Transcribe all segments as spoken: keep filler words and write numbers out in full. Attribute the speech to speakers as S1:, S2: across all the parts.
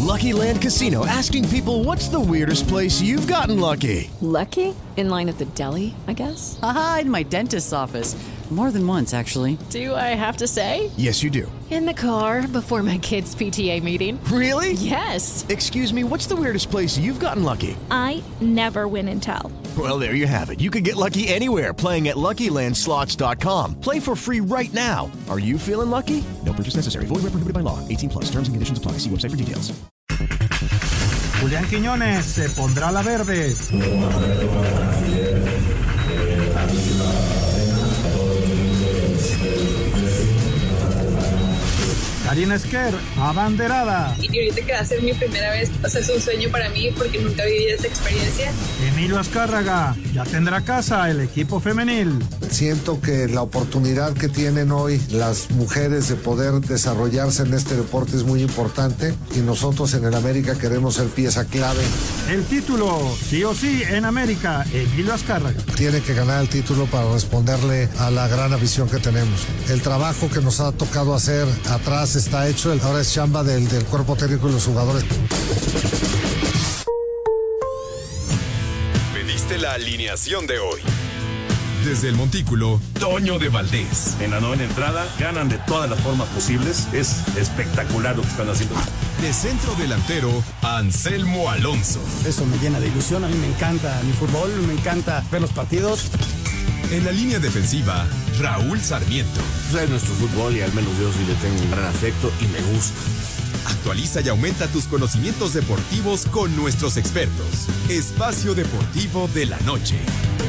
S1: Lucky Land Casino, asking people, what's the weirdest place you've gotten lucky?
S2: Lucky? In line at the deli, I guess?
S3: Aha, in my dentist's office. More than once, actually.
S2: Do I have to say?
S1: Yes, you do.
S2: In the car before my kids' P T A meeting.
S1: Really?
S2: Yes.
S1: Excuse me, what's the weirdest place you've gotten lucky?
S4: I never win and tell.
S1: Well, there you have it. You can get lucky anywhere, playing at Lucky Land Slots dot com. Play for free right now. Are you feeling lucky? No purchase necessary. Void where prohibited by law. eighteen plus. Terms and conditions apply. See website for details.
S5: Julián Quiñones se pondrá la verde. Karina Esquer, abanderada.
S6: Y ahorita que va a ser mi primera vez, o sea, es un sueño para mí porque nunca viví esa experiencia.
S5: Emilio Azcárraga, ya tendrá casa el equipo femenil.
S7: Siento que la oportunidad que tienen hoy las mujeres de poder desarrollarse en este deporte es muy importante y nosotros en el América queremos ser pieza clave.
S5: El título, sí o sí, en América, Emilio Azcárraga.
S7: Tiene que ganar el título para responderle a la gran afición que tenemos. El trabajo que nos ha tocado hacer atrás está hecho, ahora es chamba del, del cuerpo técnico y los jugadores.
S8: Pediste la alineación de hoy. Desde el Montículo, Toño de Valdés.
S9: En la novena entrada, ganan de todas las formas posibles. Es espectacular lo que están haciendo.
S8: De centro delantero, Anselmo Alonso.
S10: Eso me llena de ilusión. A mí me encanta mi fútbol, me encanta ver los partidos.
S8: En la línea defensiva, Raúl Sarmiento.
S11: Es nuestro fútbol y al menos yo sí le tengo un gran afecto y me gusta.
S8: Actualiza y aumenta tus conocimientos deportivos con nuestros expertos. Espacio Deportivo de la Noche.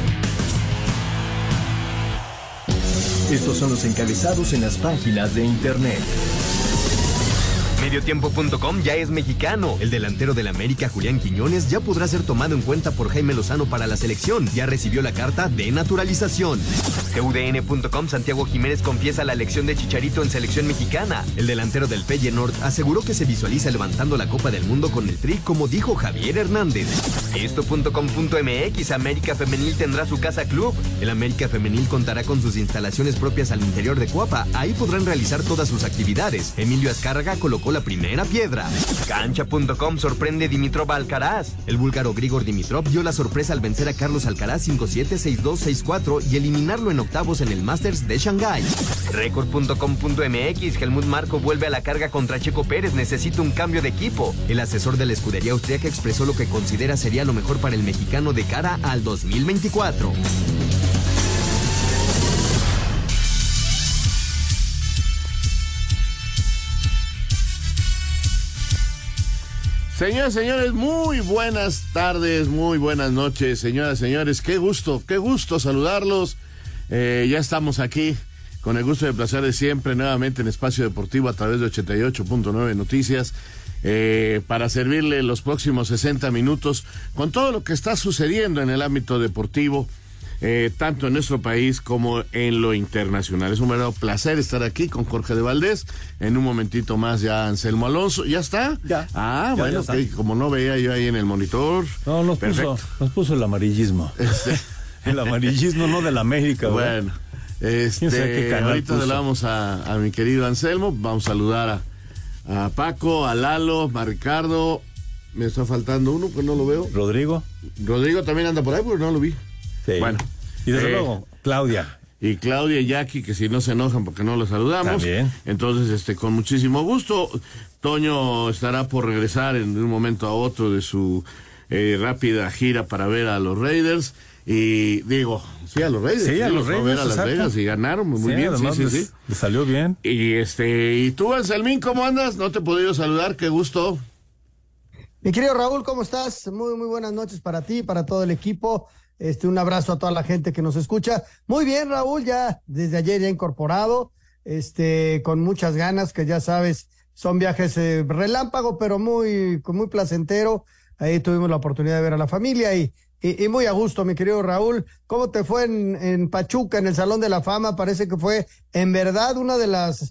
S12: Estos son los encabezados en las páginas de internet.
S13: Mediotiempo punto com ya es mexicano. El delantero del América, Julián Quiñones, ya podrá ser tomado en cuenta por Jaime Lozano para la selección. Ya recibió la carta de naturalización. T U D N punto com, Santiago Jiménez confiesa la elección de Chicharito en selección mexicana. El delantero del Feyenoord aseguró que se visualiza levantando la Copa del Mundo con el Tri, como dijo Javier Hernández. Esto punto com punto m x, América Femenil tendrá su casa club. El América Femenil contará con sus instalaciones propias al interior de Cuapa. Ahí podrán realizar todas sus actividades. Emilio Azcárraga colocó la primera piedra. Cancha punto com sorprende Dimitrov Alcaraz. El búlgaro Grigor Dimitrov dio la sorpresa al vencer a Carlos Alcaraz cinco siete, seis dos, seis cuatro y eliminarlo en octavos en el Masters de Shanghái. Record punto com punto m x, Helmut Marko vuelve a la carga contra Checo Pérez, necesita un cambio de equipo. El asesor de la escudería austríaca expresó lo que considera sería lo mejor para el mexicano de cara al dos mil veinticuatro.
S14: Señoras, señores, muy buenas tardes, muy buenas noches, señoras, señores, qué gusto, qué gusto saludarlos. Eh, ya estamos aquí con el gusto y el placer de siempre, nuevamente en Espacio Deportivo a través de ochenta y ocho punto nueve Noticias, eh, para servirle los próximos sesenta minutos con todo lo que está sucediendo en el ámbito deportivo, eh, tanto en nuestro país como en lo internacional. Es un verdadero placer estar aquí con Jorge de Valdés. En un momentito más ya Anselmo Alonso. ¿Ya está?
S15: Ya.
S14: Ah,
S15: ya,
S14: bueno,
S15: ya
S14: que como no veía yo ahí en el monitor.
S15: No, nos puso, nos puso el amarillismo. Este... el amarillismo no del América.
S14: Bueno, este, ahorita le damos a, a mi querido Anselmo. Vamos a saludar a, a Paco, a Lalo, a Ricardo. Me está faltando uno, pues no lo veo.
S15: Rodrigo.
S14: Rodrigo también anda por ahí, porque no lo vi.
S15: Sí. Bueno. Y desde eh, luego, Claudia.
S14: Y Claudia y Jackie, que si no se enojan porque no los saludamos.
S15: También.
S14: Entonces, este, con muchísimo gusto. Toño estará por regresar en un momento a otro de su eh, rápida gira para ver a los Raiders. Y digo, sí, a los Raiders.
S15: Sí, a los Raiders.
S14: Ver a Las Vegas y ganaron muy
S15: sí,
S14: bien. Sí, sí,
S15: les,
S14: sí.
S15: Les salió bien.
S14: Y este, y tú, Anselmín, ¿cómo andas? No te he podido saludar, qué gusto.
S16: Mi querido Raúl, ¿cómo estás? Muy, muy buenas noches para ti, para todo el equipo. Este, un abrazo a toda la gente que nos escucha. Muy bien, Raúl, ya desde ayer ya incorporado, este, con muchas ganas, que ya sabes, son viajes eh, relámpago, pero muy, muy placentero. Ahí tuvimos la oportunidad de ver a la familia y, y, y muy a gusto, mi querido Raúl. ¿Cómo te fue en, en Pachuca, en el Salón de la Fama? Parece que fue, en verdad, una de las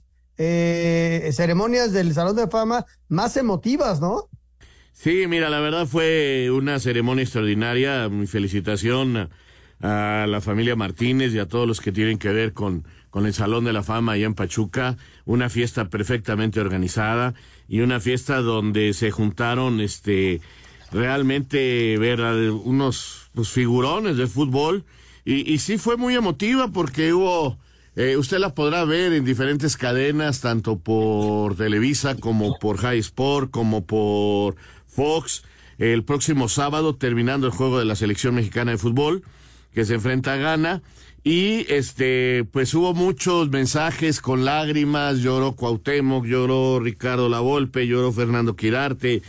S16: eh, ceremonias del Salón de la Fama más emotivas, ¿no?
S14: Sí, mira, la verdad fue una ceremonia extraordinaria. Mi felicitación a, a la familia Martínez y a todos los que tienen que ver con, con el Salón de la Fama allá en Pachuca, una fiesta perfectamente organizada y una fiesta donde se juntaron este realmente ver a unos pues, figurones de fútbol y, y sí fue muy emotiva porque hubo, eh, usted la podrá ver en diferentes cadenas, tanto por Televisa como por High Sport, como por Fox, el próximo sábado terminando el juego de la selección mexicana de fútbol que se enfrenta a Ghana. Y este, pues hubo muchos mensajes con lágrimas, lloró Cuauhtémoc, lloró Ricardo Lavolpe, lloró Fernando Quirarte,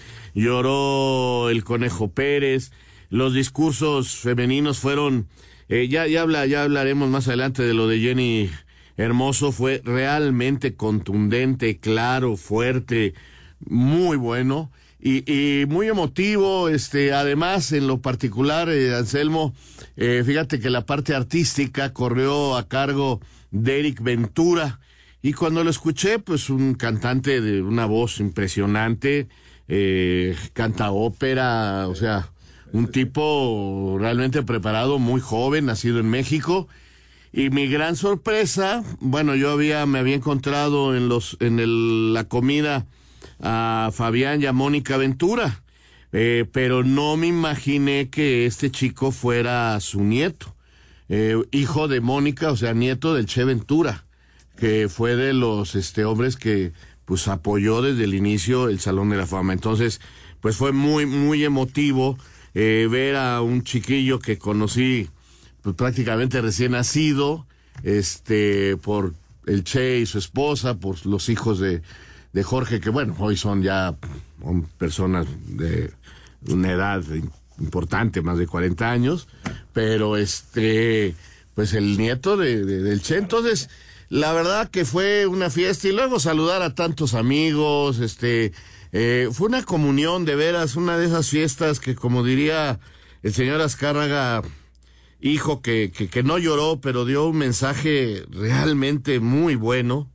S14: lloró el Conejo Pérez, los discursos femeninos fueron, eh, ya, ya habla, ya hablaremos más adelante de lo de Jenny Hermoso, fue realmente contundente, claro, fuerte, muy bueno. Y, y muy emotivo, este, además, en lo particular, eh, Anselmo, eh, fíjate que la parte artística corrió a cargo de Eric Ventura, y cuando lo escuché, pues un cantante de una voz impresionante, eh, canta ópera, o sea, un tipo realmente preparado, muy joven, nacido en México, y mi gran sorpresa, bueno, yo había, me había encontrado en los, en el, la comida, a Fabián y a Mónica Ventura, eh, pero no me imaginé que este chico fuera su nieto, eh, hijo de Mónica, o sea, nieto del Che Ventura, que fue de los este hombres que pues apoyó desde el inicio el Salón de la Fama. Entonces, pues fue muy, muy emotivo eh, ver a un chiquillo que conocí pues prácticamente recién nacido, este, por el Che y su esposa, por los hijos de de Jorge, que bueno, hoy son ya personas de una edad importante, más de cuarenta años, pero este, pues el nieto de, de, del Che. Entonces, la verdad que fue una fiesta, y luego saludar a tantos amigos, este, eh, fue una comunión, de veras, una de esas fiestas que, como diría el señor Azcárraga, hijo, que, que, que no lloró, pero dio un mensaje realmente muy bueno,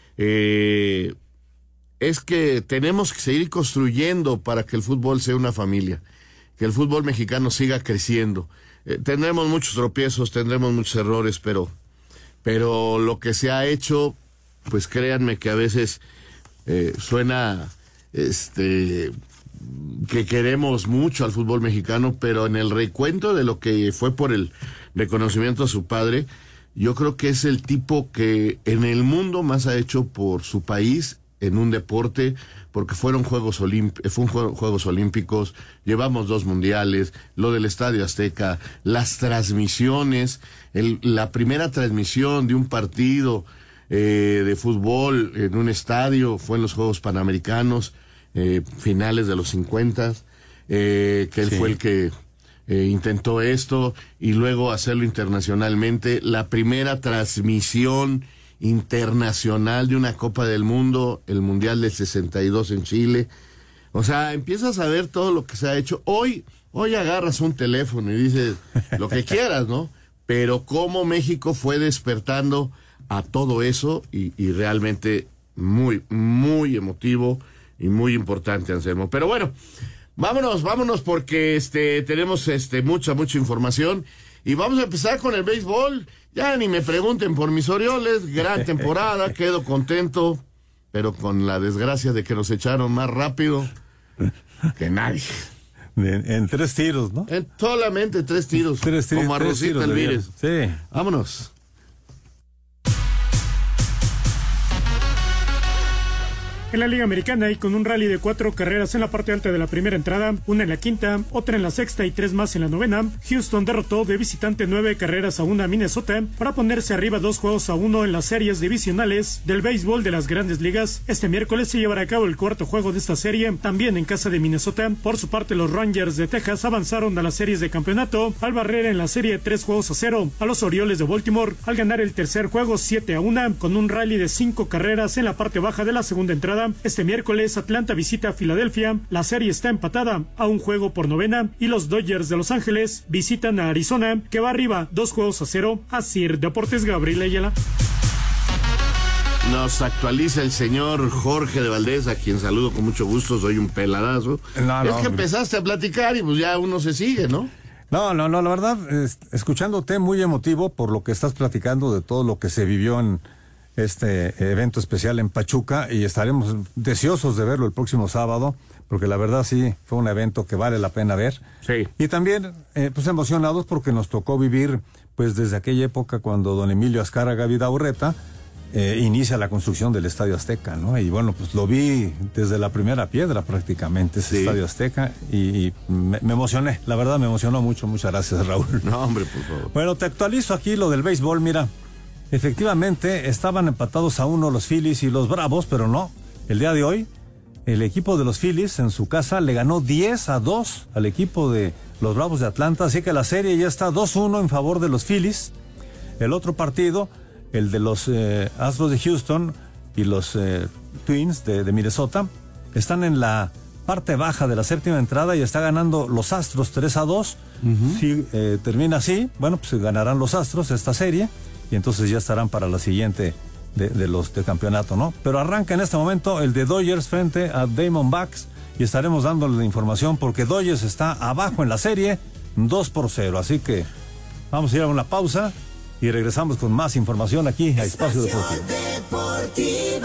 S14: eh, es que tenemos que seguir construyendo para que el fútbol sea una familia, que el fútbol mexicano siga creciendo. Eh, tendremos muchos tropiezos, tendremos muchos errores, pero, pero lo que se ha hecho, pues créanme que a veces eh, suena este que queremos mucho al fútbol mexicano, pero en el recuento de lo que fue por el reconocimiento a su padre, yo creo que es el tipo que en el mundo más ha hecho por su país en un deporte, porque fueron Juegos Olímpicos, fue un juego, Juegos Olímpicos, llevamos dos mundiales, lo del Estadio Azteca, las transmisiones, el, la primera transmisión de un partido eh, de fútbol en un estadio fue en los Juegos Panamericanos, eh, finales de los cincuenta, eh, que él sí. fue el que eh, intentó esto, y luego hacerlo internacionalmente, la primera transmisión internacional de una Copa del Mundo, el Mundial del sesenta y dos en Chile. O sea, empiezas a ver todo lo que se ha hecho. Hoy, hoy agarras un teléfono y dices lo que quieras, ¿no? Pero cómo México fue despertando a todo eso, y, y realmente muy, muy emotivo y muy importante, Anselmo. Pero bueno, vámonos, vámonos porque este tenemos este mucha, mucha información, y vamos a empezar con el béisbol. Ya ni me pregunten por mis Orioles, gran temporada, quedo contento, pero con la desgracia de que nos echaron más rápido que nadie.
S15: En, en tres tiros, ¿no?
S14: En solamente tres tiros,
S15: tres, tres,
S14: como a Rosita Elvírez.
S15: Sí.
S14: Vámonos.
S17: En la Liga Americana, y con un rally de cuatro carreras en la parte alta de la primera entrada, una en la quinta, otra en la sexta y tres más en la novena, Houston derrotó de visitante nueve carreras a una a Minnesota para ponerse arriba dos juegos a uno en las series divisionales del béisbol de las Grandes Ligas. Este miércoles se llevará a cabo el cuarto juego de esta serie, también en casa de Minnesota. Por su parte, los Rangers de Texas avanzaron a las series de campeonato al barrer en la serie tres juegos a cero a los Orioles de Baltimore, al ganar el tercer juego siete a uno, con un rally de cinco carreras en la parte baja de la segunda entrada. Este miércoles, Atlanta visita a Filadelfia, la serie está empatada a un juego por novena, y los Dodgers de Los Ángeles visitan a Arizona, que va arriba dos juegos a cero. Así, Deportes, Gabriel Ayala.
S14: Nos actualiza el señor Jorge de Valdés, a quien saludo con mucho gusto, soy un peladazo. No, no, es que empezaste a platicar y pues ya uno se sigue, ¿no?
S15: No, no, no, la verdad, es, escuchándote muy emotivo por lo que estás platicando de todo lo que se vivió en este evento especial en Pachuca, y estaremos deseosos de verlo el próximo sábado, porque la verdad sí fue un evento que vale la pena ver.
S14: Sí.
S15: Y también, eh, pues emocionados porque nos tocó vivir, pues desde aquella época cuando don Emilio Azcárraga Vidaurreta eh, inicia la construcción del Estadio Azteca, ¿no? Y bueno, pues lo vi desde la primera piedra prácticamente, ese sí. Estadio Azteca, y, y me, me emocioné, la verdad me emocionó mucho. Muchas gracias, Raúl.
S14: No, hombre, por favor.
S15: Bueno, te actualizo aquí lo del béisbol, mira. Efectivamente, estaban empatados a uno los Phillies y los Bravos, pero no. El día de hoy, el equipo de los Phillies en su casa le ganó diez a dos al equipo de los Bravos de Atlanta, así que la serie ya está dos uno en favor de los Phillies. El otro partido, el de los eh, Astros de Houston y los eh, Twins de, de Minnesota, están en la parte baja de la séptima entrada y está ganando los Astros tres a dos. Uh-huh. Si eh, termina así, bueno, pues ganarán los Astros esta serie, y entonces ya estarán para la siguiente de, de los de campeonato, ¿no? Pero arranca en este momento el de Dodgers frente a Diamondbacks, y estaremos dándole la información porque Dodgers está abajo en la serie dos por cero, así que vamos a ir a una pausa y regresamos con más información aquí a Espacio Deportivo.
S18: Deportivo.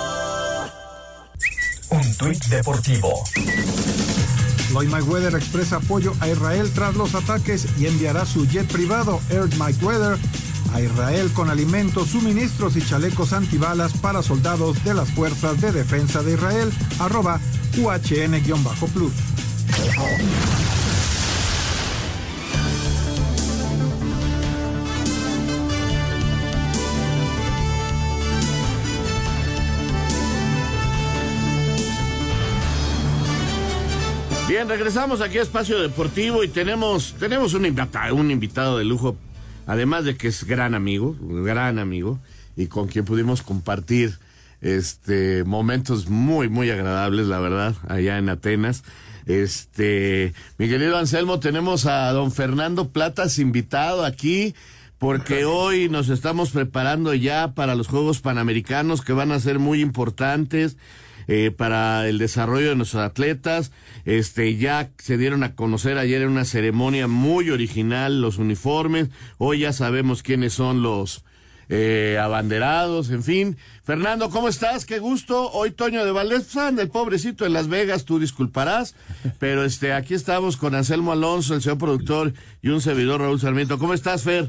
S12: Un tuit deportivo.
S19: Floyd Mayweather expresa apoyo a Israel tras los ataques y enviará su jet privado Air Mayweather a Israel con alimentos, suministros y chalecos antibalas para soldados de las fuerzas de defensa de Israel. Arroba U H N-plus.
S14: Bien, regresamos aquí a Espacio Deportivo y tenemos, tenemos un invitado, un invitado de lujo. Además de que es gran amigo, gran amigo, y con quien pudimos compartir este momentos muy, muy agradables, la verdad, allá en Atenas. Este, mi querido Anselmo, tenemos a don Fernando Platas invitado aquí, porque hoy nos estamos preparando ya para los Juegos Panamericanos, que van a ser muy importantes. Eh, para el desarrollo de nuestros atletas. Este, ya se dieron a conocer ayer en una ceremonia muy original los uniformes. Hoy ya sabemos quiénes son los eh, abanderados, en fin. Fernando, ¿cómo estás? Qué gusto. Hoy Toño de Valdés, anda el pobrecito en Las Vegas, tú disculparás, pero este, aquí estamos con Anselmo Alonso, el señor productor, y un servidor, Raúl Sarmiento. ¿Cómo estás, Fer?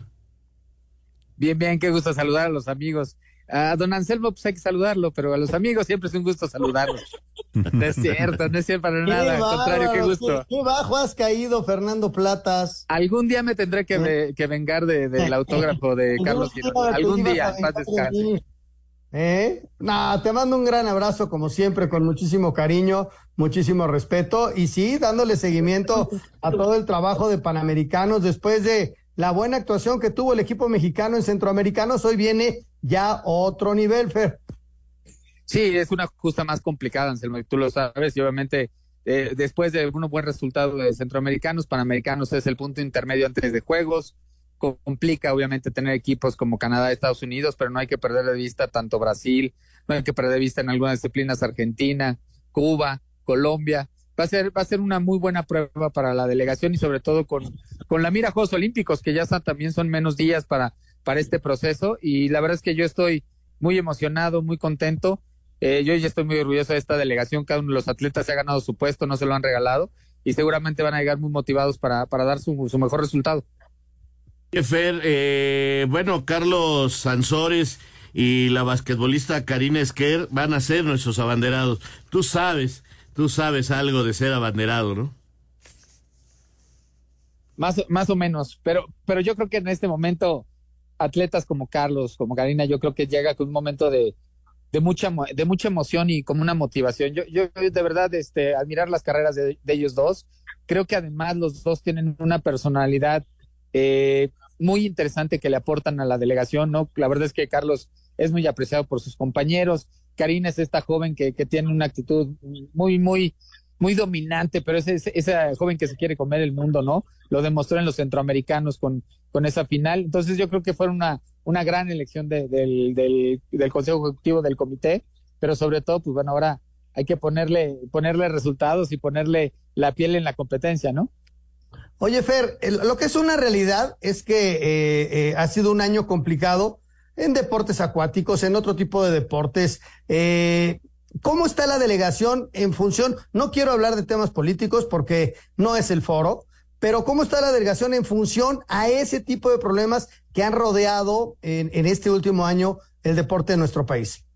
S20: Bien, bien, qué gusto saludar a los amigos. A don Anselmo, pues hay que saludarlo, pero a los amigos siempre es un gusto saludarlos. No es cierto, no es cierto para nada, al contrario, qué gusto.
S16: Qué, qué bajo has caído, Fernando Platas.
S20: Algún día me tendré que, ve, que vengar de, del autógrafo de Carlos Girón. Algún día, paz descanse.
S16: ¿Eh? No, te mando un gran abrazo, como siempre, con muchísimo cariño, muchísimo respeto, y sí, dándole seguimiento a todo el trabajo de Panamericanos después de la buena actuación que tuvo el equipo mexicano en Centroamericanos. Hoy viene ya otro nivel, Fer.
S20: Sí, es una justa más complicada, Anselmo, tú lo sabes, y obviamente eh, después de un buen resultado de Centroamericanos, Panamericanos es el punto intermedio antes de Juegos. Complica obviamente tener equipos como Canadá, Estados Unidos, pero no hay que perder de vista tanto Brasil, no hay que perder de vista en algunas disciplinas Argentina, Cuba, Colombia. Va a ser, va a ser una muy buena prueba para la delegación, y sobre todo con, con la mira a Juegos Olímpicos, que ya están, también son menos días para, para este proceso, y la verdad es que yo estoy muy emocionado, muy contento. Eh, yo ya estoy muy orgulloso de esta delegación. Cada uno de los atletas se ha ganado su puesto, no se lo han regalado, y seguramente van a llegar muy motivados para, para dar su, su mejor resultado.
S14: Fer, eh, bueno, Carlos Sansores y la basquetbolista Karina Esquer van a ser nuestros abanderados. Tú sabes, tú sabes algo de ser abanderado, ¿no?
S20: Más, más o menos, pero, pero yo creo que en este momento atletas como Carlos, como Karina, yo creo que llega con un momento de, de mucha, de mucha emoción y como una motivación. Yo, yo de verdad, este, admirar las carreras de, de ellos dos. Creo que además los dos tienen una personalidad eh, muy interesante que le aportan a la delegación, ¿no? La verdad es que Carlos es muy apreciado por sus compañeros. Karina es esta joven que, que tiene una actitud muy, muy, muy dominante, pero es, es esa joven que se quiere comer el mundo, ¿no? Lo demostró en los centroamericanos con, con esa final. Entonces yo creo que fue una, una gran elección de, del, del, del Consejo Ejecutivo del Comité, pero sobre todo, pues bueno, ahora hay que ponerle, ponerle resultados y ponerle la piel en la competencia, ¿no?
S16: Oye, Fer, lo que es una realidad es que eh, eh, ha sido un año complicado en deportes acuáticos, en otro tipo de deportes. Eh, ¿Cómo está la delegación en función? No quiero hablar de temas políticos porque no es el foro, pero ¿cómo está la delegación en función a ese tipo de problemas que han rodeado en, en este último año el deporte de nuestro país?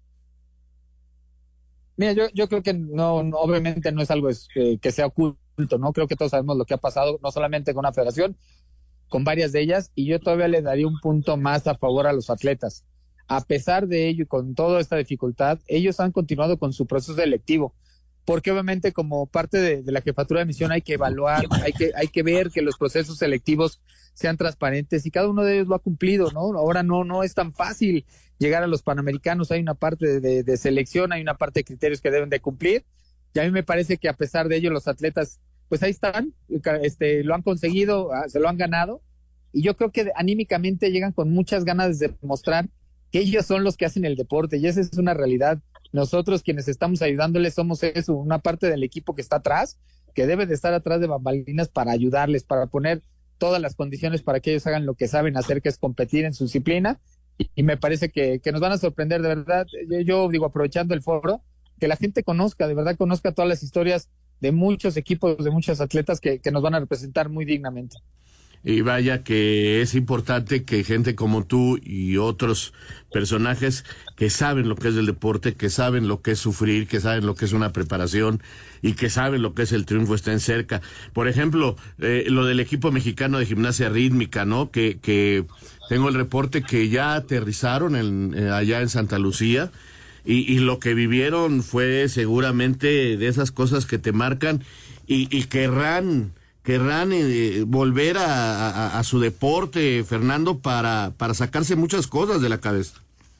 S20: Mira, yo, yo creo que no, no, obviamente no es algo es, eh, que sea oculto, ¿no? Creo que todos sabemos lo que ha pasado, no solamente con la federación, con varias de ellas, y yo todavía le daría un punto más a favor a los atletas. A pesar de ello y con toda esta dificultad, ellos han continuado con su proceso selectivo, porque obviamente como parte de, de la jefatura de misión hay que evaluar, hay que, hay que ver que los procesos selectivos sean transparentes, y cada uno de ellos lo ha cumplido, ¿no? Ahora no, no es tan fácil llegar a los Panamericanos, hay una parte de, de, de selección, hay una parte de criterios que deben de cumplir, y a mí me parece que a pesar de ello los atletas, pues ahí están, este, lo han conseguido, se lo han ganado, y yo creo que anímicamente llegan con muchas ganas de demostrar que ellos son los que hacen el deporte, y esa es una realidad. Nosotros quienes estamos ayudándoles somos eso, una parte del equipo que está atrás, que debe de estar atrás de bambalinas para ayudarles, para poner todas las condiciones para que ellos hagan lo que saben hacer, que es competir en su disciplina, y, y me parece que, que nos van a sorprender, de verdad. Yo, yo digo, aprovechando el foro, que la gente conozca, de verdad conozca todas las historias de muchos equipos, de muchos atletas que, que nos van a representar muy dignamente.
S14: Y vaya que es importante que gente como tú y otros personajes que saben lo que es el deporte, que saben lo que es sufrir, que saben lo que es una preparación y que saben lo que es el triunfo, estén cerca. Por ejemplo, eh, lo del equipo mexicano de gimnasia rítmica, ¿no? Que, que tengo el reporte que ya aterrizaron en, eh, allá en Santa Lucía y, y lo que vivieron fue seguramente de esas cosas que te marcan y, y querrán... querrán eh, volver a, a, a su deporte, Fernando, para, para sacarse muchas cosas de la cabeza.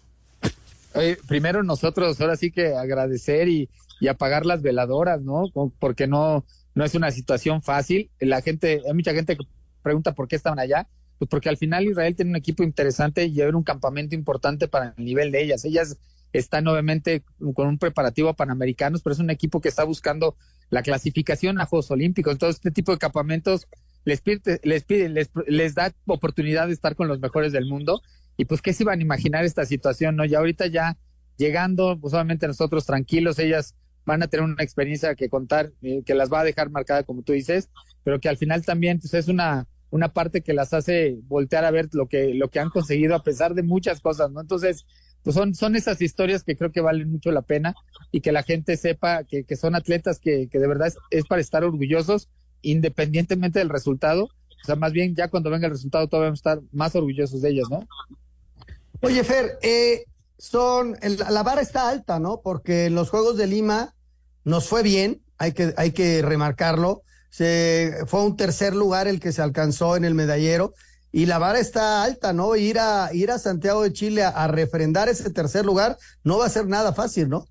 S20: Oye, primero nosotros ahora sí que agradecer y, y apagar las veladoras, ¿no? Porque no, no es una situación fácil. La gente, hay mucha gente que pregunta por qué estaban allá. Pues porque al final Israel tiene un equipo interesante y hay un campamento importante para el nivel de ellas. Ellas están obviamente con un preparativo a Panamericanos, pero es un equipo que está buscando la clasificación a Juegos Olímpicos. Entonces, este tipo de campamentos les pide, les pide, les, les da oportunidad de estar con los mejores del mundo. Y pues, ¿qué se iban a imaginar esta situación, no? Ya ahorita ya llegando, pues obviamente nosotros tranquilos, ellas van a tener una experiencia que contar, eh, que las va a dejar marcada, como tú dices, pero que al final también pues, es una, una parte que las hace voltear a ver lo que, lo que han conseguido a pesar de muchas cosas, ¿no? Entonces, pues son, son esas historias que creo que valen mucho la pena y que la gente sepa que, que son atletas que, que de verdad es, es para estar orgullosos independientemente del resultado. O sea, más bien ya cuando venga el resultado todavía vamos a estar más orgullosos de ellas, ¿no?
S16: Oye, Fer, eh, son, el, la vara está alta, ¿no? Porque en los Juegos de Lima nos fue bien, hay que, hay que remarcarlo. Se, fue un tercer lugar el que se alcanzó en el medallero. Y la vara está alta, ¿no? Ir a, ir a Santiago de Chile a, a refrendar ese tercer lugar no va a ser nada fácil, ¿no?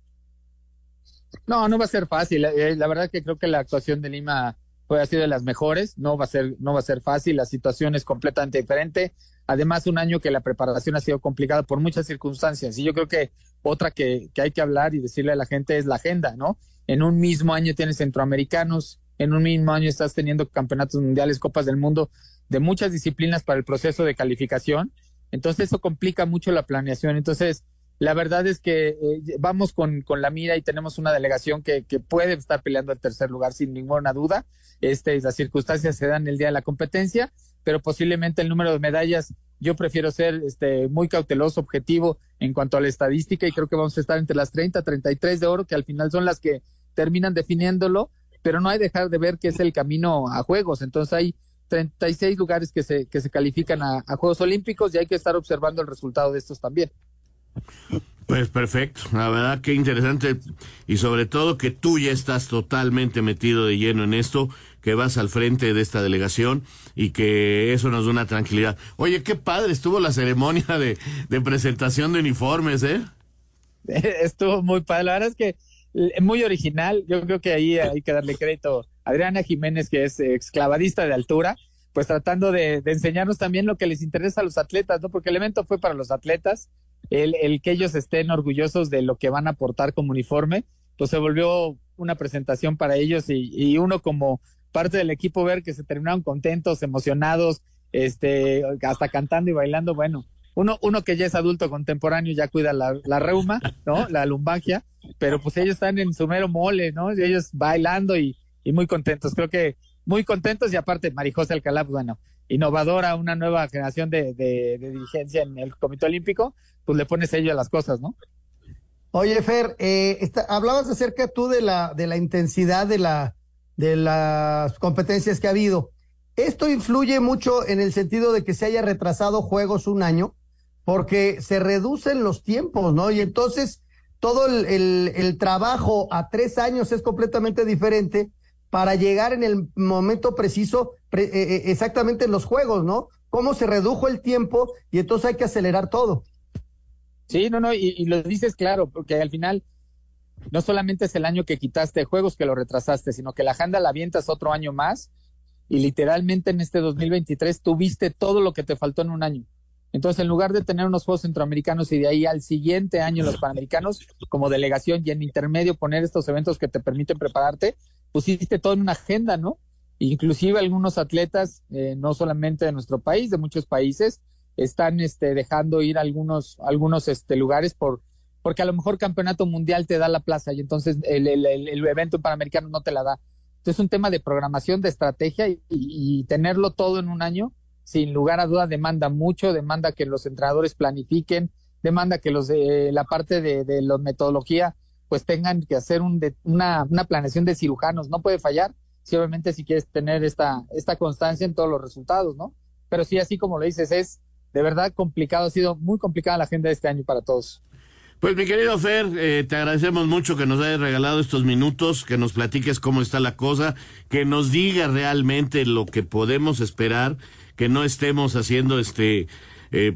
S20: No, no va a ser fácil. Eh, la verdad que creo que la actuación de Lima fue así de las mejores. No va a ser, no va a ser fácil. La situación es completamente diferente. Además, un año que la preparación ha sido complicada por muchas circunstancias. Y yo creo que otra que, que hay que hablar y decirle a la gente es la agenda, ¿no? En un mismo año tienes centroamericanos, en un mismo año estás teniendo campeonatos mundiales, copas del mundo, de muchas disciplinas para el proceso de calificación. Entonces eso complica mucho la planeación. Entonces la verdad es que eh, vamos con, con la mira y tenemos una delegación que, que puede estar peleando el tercer lugar sin ninguna duda. Este, las circunstancias se dan el día de la competencia, pero posiblemente el número de medallas, yo prefiero ser este, muy cauteloso, objetivo en cuanto a la estadística, y creo que vamos a estar entre las treinta, treinta y tres de oro, que al final son las que terminan definiéndolo, pero no hay que dejar de ver que es el camino a Juegos. Entonces hay treinta y seis lugares que se, que se califican a, a Juegos Olímpicos y hay que estar observando el resultado de estos también.
S14: Pues perfecto, la verdad que interesante y sobre todo que tú ya estás totalmente metido de lleno en esto, que vas al frente de esta delegación y que eso nos da una tranquilidad. Oye, qué padre estuvo la ceremonia de, de presentación de uniformes, ¿eh?
S20: Estuvo muy padre, la verdad es que muy original. Yo creo que ahí hay que darle crédito a Adriana Jiménez, que es exclavadista de altura, pues tratando de, de enseñarnos también lo que les interesa a los atletas, ¿no? Porque el evento fue para los atletas, el, el que ellos estén orgullosos de lo que van a aportar como uniforme, pues se volvió una presentación para ellos y, y uno como, parte del equipo ver que se terminaron contentos, emocionados, este, hasta cantando y bailando. Bueno, uno, uno que ya es adulto contemporáneo ya cuida la, la reuma, ¿no? La lumbalgia, pero pues ellos están en su mero mole, ¿no? Y ellos bailando y, y muy contentos. Creo que muy contentos, y aparte Marijose Alcalá, pues bueno, innovadora, una nueva generación de, de, de dirigencia en el Comité Olímpico, pues le pone sello a las cosas, ¿no?
S16: Oye, Fer, eh, está, hablabas acerca tú de la, de la intensidad de, la, de las competencias que ha habido. ¿Esto influye mucho en el sentido de que se haya retrasado juegos un año? Porque se reducen los tiempos, ¿no? Y entonces todo el, el, el trabajo a tres años es completamente diferente para llegar en el momento preciso, pre, eh, exactamente en los juegos, ¿no? ¿Cómo se redujo el tiempo y entonces hay que acelerar todo?
S20: Sí, no, no, y, y lo dices claro, porque al final no solamente es el año que quitaste juegos que lo retrasaste, sino que la agenda la avientas otro año más, y literalmente en este dos mil veintitrés tuviste todo lo que te faltó en un año. Entonces, en lugar de tener unos Juegos Centroamericanos y de ahí al siguiente año los Panamericanos como delegación, y en intermedio poner estos eventos que te permiten prepararte, pusiste todo en una agenda, ¿no? Inclusive algunos atletas, eh, no solamente de nuestro país, de muchos países, están este, dejando ir a algunos, algunos este, lugares por, porque a lo mejor Campeonato Mundial te da la plaza y entonces el, el, el, el evento Panamericano no te la da. Entonces es un tema de programación, de estrategia, y, y tenerlo todo en un año, sin lugar a duda, demanda mucho, demanda que los entrenadores planifiquen, demanda que los de la parte de, de la metodología pues tengan que hacer un de, una, una planeación de cirujanos. No puede fallar, si obviamente si quieres tener esta, esta constancia en todos los resultados, ¿no? Pero sí, así como lo dices, es de verdad complicado, ha sido muy complicada la agenda de este año para todos.
S14: Pues mi querido Fer, eh, te agradecemos mucho que nos hayas regalado estos minutos, que nos platiques cómo está la cosa, que nos digas realmente lo que podemos esperar, que no estemos haciendo este eh,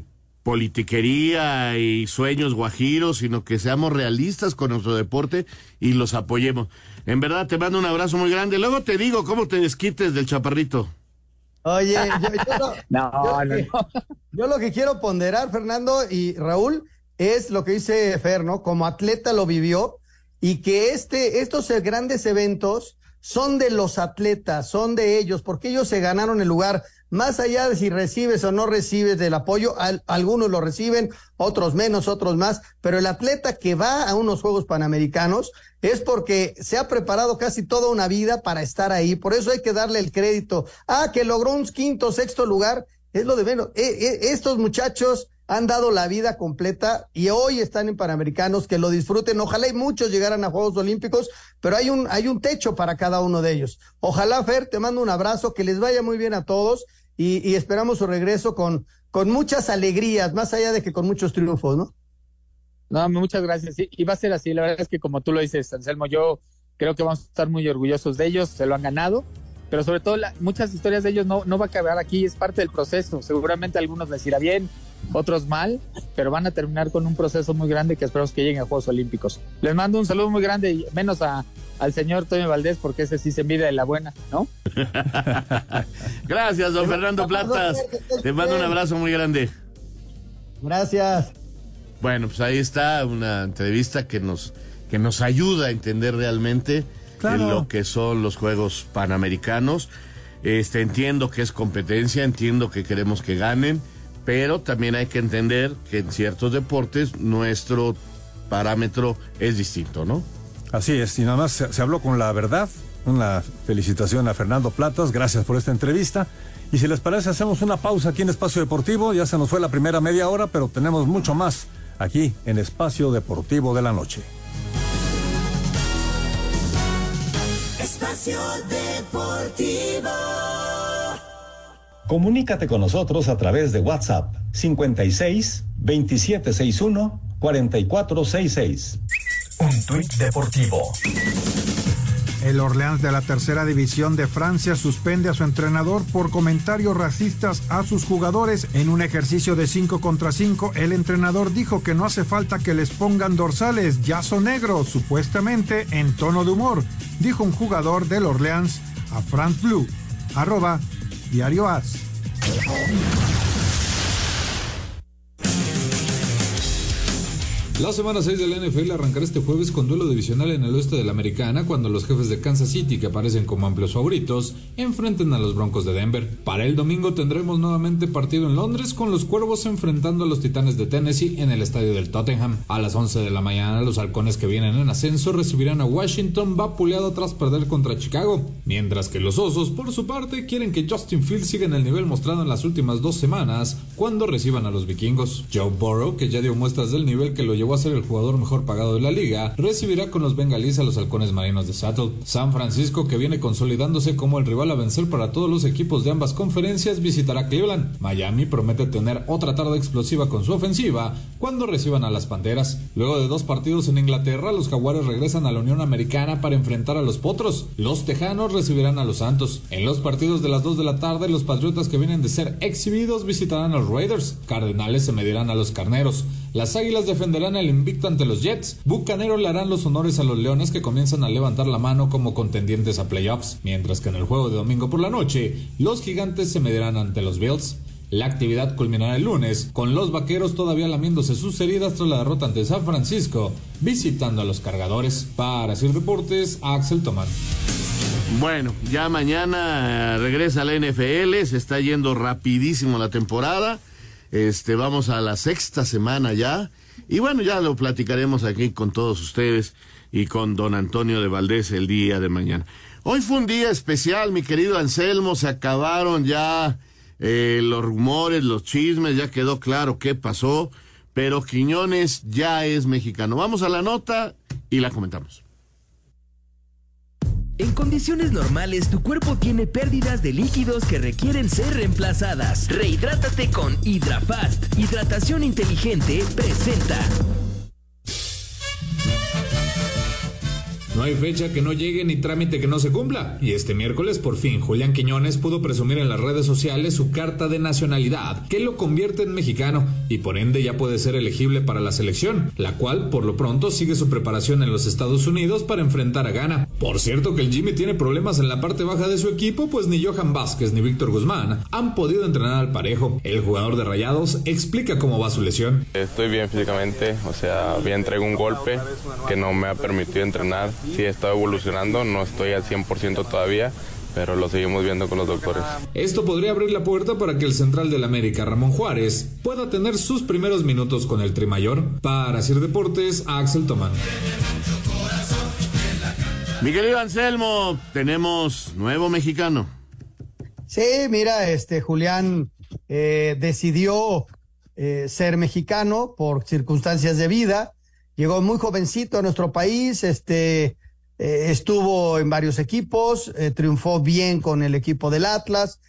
S14: politiquería y sueños guajiros, sino que seamos realistas con nuestro deporte y los apoyemos. En verdad te mando un abrazo muy grande. Luego te digo cómo te desquites del chaparrito.
S16: Oye, yo, yo, lo,
S20: no,
S16: yo,
S20: no,
S16: que,
S20: no.
S16: yo lo que quiero ponderar, Fernando y Raúl, es lo que dice Fer, ¿no? Como atleta lo vivió, y que este, estos grandes eventos son de los atletas, son de ellos, porque ellos se ganaron el lugar, más allá de si recibes o no recibes del apoyo. Al, algunos lo reciben, otros menos, otros más, pero el atleta que va a unos Juegos Panamericanos es porque se ha preparado casi toda una vida para estar ahí. Por eso hay que darle el crédito. Ah, que logró un quinto, sexto lugar, es lo de menos. Eh, eh, estos muchachos han dado la vida completa y hoy están en Panamericanos, que lo disfruten. Ojalá y muchos llegaran a Juegos Olímpicos, pero hay un, hay un techo para cada uno de ellos. Ojalá, Fer, te mando un abrazo, que les vaya muy bien a todos, y, y esperamos su regreso con, con muchas alegrías, más allá de que con muchos triunfos, ¿no?
S20: No, muchas gracias. Sí, y va a ser así. La verdad es que, como tú lo dices, Anselmo, yo creo que vamos a estar muy orgullosos de ellos, se lo han ganado, pero sobre todo la, muchas historias de ellos no, no va a acabar aquí, es parte del proceso. Seguramente a algunos les irá bien, otros mal, pero van a terminar con un proceso muy grande que esperamos que lleguen a Juegos Olímpicos. Les mando un saludo muy grande, y menos a, al señor Toño Valdés, porque ese sí se mide de la buena, ¿no?
S14: Gracias, don Fernando Platas. Te mando un abrazo muy grande.
S16: Gracias.
S14: Bueno, pues ahí está una entrevista que nos, que nos ayuda a entender realmente claro. lo que son los Juegos Panamericanos. Este, entiendo que es competencia, entiendo que queremos que ganen, pero también hay que entender que en ciertos deportes nuestro parámetro es distinto, ¿no?
S15: Así es, y nada más se, se habló con la verdad. Una felicitación a Fernando Platas, gracias por esta entrevista. Y si les parece, hacemos una pausa aquí en Espacio Deportivo. Ya se nos fue la primera media hora, pero tenemos mucho más aquí en Espacio Deportivo de la Noche.
S18: Espacio Deportivo.
S21: Comunícate con nosotros a través de WhatsApp cincuenta y seis, veintisiete sesenta y uno, cuarenta y cuatro sesenta y seis.
S18: Un tuit deportivo.
S19: El Orleans de la tercera división de Francia suspende a su entrenador por comentarios racistas a sus jugadores. En un ejercicio de cinco contra cinco, el entrenador dijo que no hace falta que les pongan dorsales, ya son negros, supuestamente en tono de humor, dijo un jugador del Orleans a France Bleu, arroba Diario A S.
S3: La semana seis de la N F L arrancará este jueves con duelo divisional en el oeste de la Americana, cuando los Jefes de Kansas City, que aparecen como amplios favoritos, enfrenten a los Broncos de Denver. Para el domingo tendremos nuevamente partido en Londres, con los Cuervos enfrentando a los Titanes de Tennessee en el estadio del Tottenham. A las once de la mañana, los Halcones, que vienen en ascenso, recibirán a Washington, vapuleado tras perder contra Chicago. Mientras que los Osos, por su parte, quieren que Justin Fields siga en el nivel mostrado en las últimas dos semanas, cuando reciban a los Vikingos. Joe Burrow, que ya dio muestras del nivel que lo llevó a ser el jugador mejor pagado de la liga, recibirá con los bengalíes a los Halcones Marinos de Seattle. San Francisco, que viene consolidándose como el rival a vencer para todos los equipos de ambas conferencias, visitará Cleveland. Miami promete tener otra tarde explosiva con su ofensiva cuando reciban a las Panteras. Luego de dos partidos en Inglaterra, los Jaguares regresan a la Unión Americana para enfrentar a los Potros. Los Tejanos recibirán a los Santos. En los partidos de las dos de la tarde, los Patriotas, que vienen de ser exhibidos, visitarán a los Raiders. Cardenales se medirán a los Carneros. Las Águilas defenderán el invicto ante los Jets. Bucaneros le harán los honores a los Leones, que comienzan a levantar la mano como contendientes a playoffs, mientras que en el juego de domingo por la noche, los Gigantes se medirán ante los Bills. La actividad culminará el lunes, con los Vaqueros todavía lamiéndose sus heridas tras la derrota ante San Francisco, visitando a los Cargadores. Para Sir Deportes, Axel Tomán.
S14: Bueno, ya mañana regresa la N F L, se está yendo rapidísimo la temporada. Este, vamos a la sexta semana ya, y bueno, ya lo platicaremos aquí con todos ustedes y con don Antonio de Valdés el día de mañana. Hoy fue un día especial, mi querido Anselmo, se acabaron ya eh, los rumores, los chismes, ya quedó claro qué pasó, pero Quiñones ya es mexicano. Vamos a la nota y la comentamos.
S22: En condiciones normales, tu cuerpo tiene pérdidas de líquidos que requieren ser reemplazadas. Rehidrátate con HidraFast. Hidratación inteligente presenta.
S3: No hay fecha que no llegue ni trámite que no se cumpla. Y este miércoles, por fin, Julián Quiñones pudo presumir en las redes sociales su carta de nacionalidad, que lo convierte en mexicano y por ende ya puede ser elegible para la selección, la cual por lo pronto sigue su preparación en los Estados Unidos para enfrentar a Ghana. Por cierto que el Jimmy tiene problemas en la parte baja de su equipo, pues ni Johan Vázquez ni Víctor Guzmán han podido entrenar al parejo. El jugador de Rayados explica cómo va su lesión.
S23: Estoy bien físicamente, o sea, bien traigo un golpe que no me ha permitido entrenar. Sí he estado evolucionando, no estoy al cien por ciento todavía, pero lo seguimos viendo con los doctores.
S3: Esto podría abrir la puerta para que el central del América, Ramón Juárez, pueda tener sus primeros minutos con el Trimayor. Para Sir Deportes, Axel Tomán.
S14: Mi querido Anselmo, tenemos nuevo mexicano.
S16: Sí, mira, este Julián eh, decidió eh, ser mexicano por circunstancias de vida. Llegó muy jovencito a nuestro país, este eh, estuvo en varios equipos, eh, triunfó bien con el equipo del Atlas,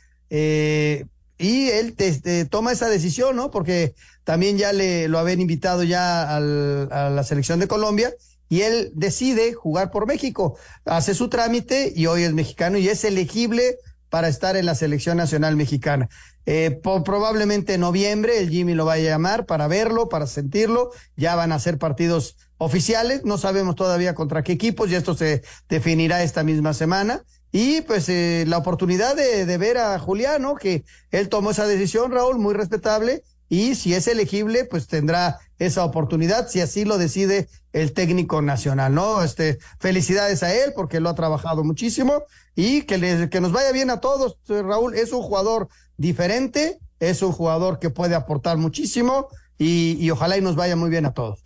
S16: eh, y él te, te toma esa decisión, ¿no? Porque también ya le lo habían invitado ya al, a la selección de Colombia, y él decide jugar por México, hace su trámite y hoy es mexicano y es elegible para estar en la selección nacional mexicana. Eh, por, probablemente en noviembre el Jimmy lo vaya a llamar para verlo, para sentirlo. Ya van a ser partidos oficiales, no sabemos todavía contra qué equipos, y esto se definirá esta misma semana. Y pues eh, la oportunidad de, de ver a Julián, ¿no? Que él tomó esa decisión, Raúl, muy respetable, y si es elegible, pues tendrá esa oportunidad, si así lo decide el técnico nacional, ¿no? Este, felicidades a él, porque lo ha trabajado muchísimo, y que, le, que nos vaya bien a todos, Raúl. Es un jugador diferente, es un jugador que puede aportar muchísimo, y, y ojalá y nos vaya muy bien a todos.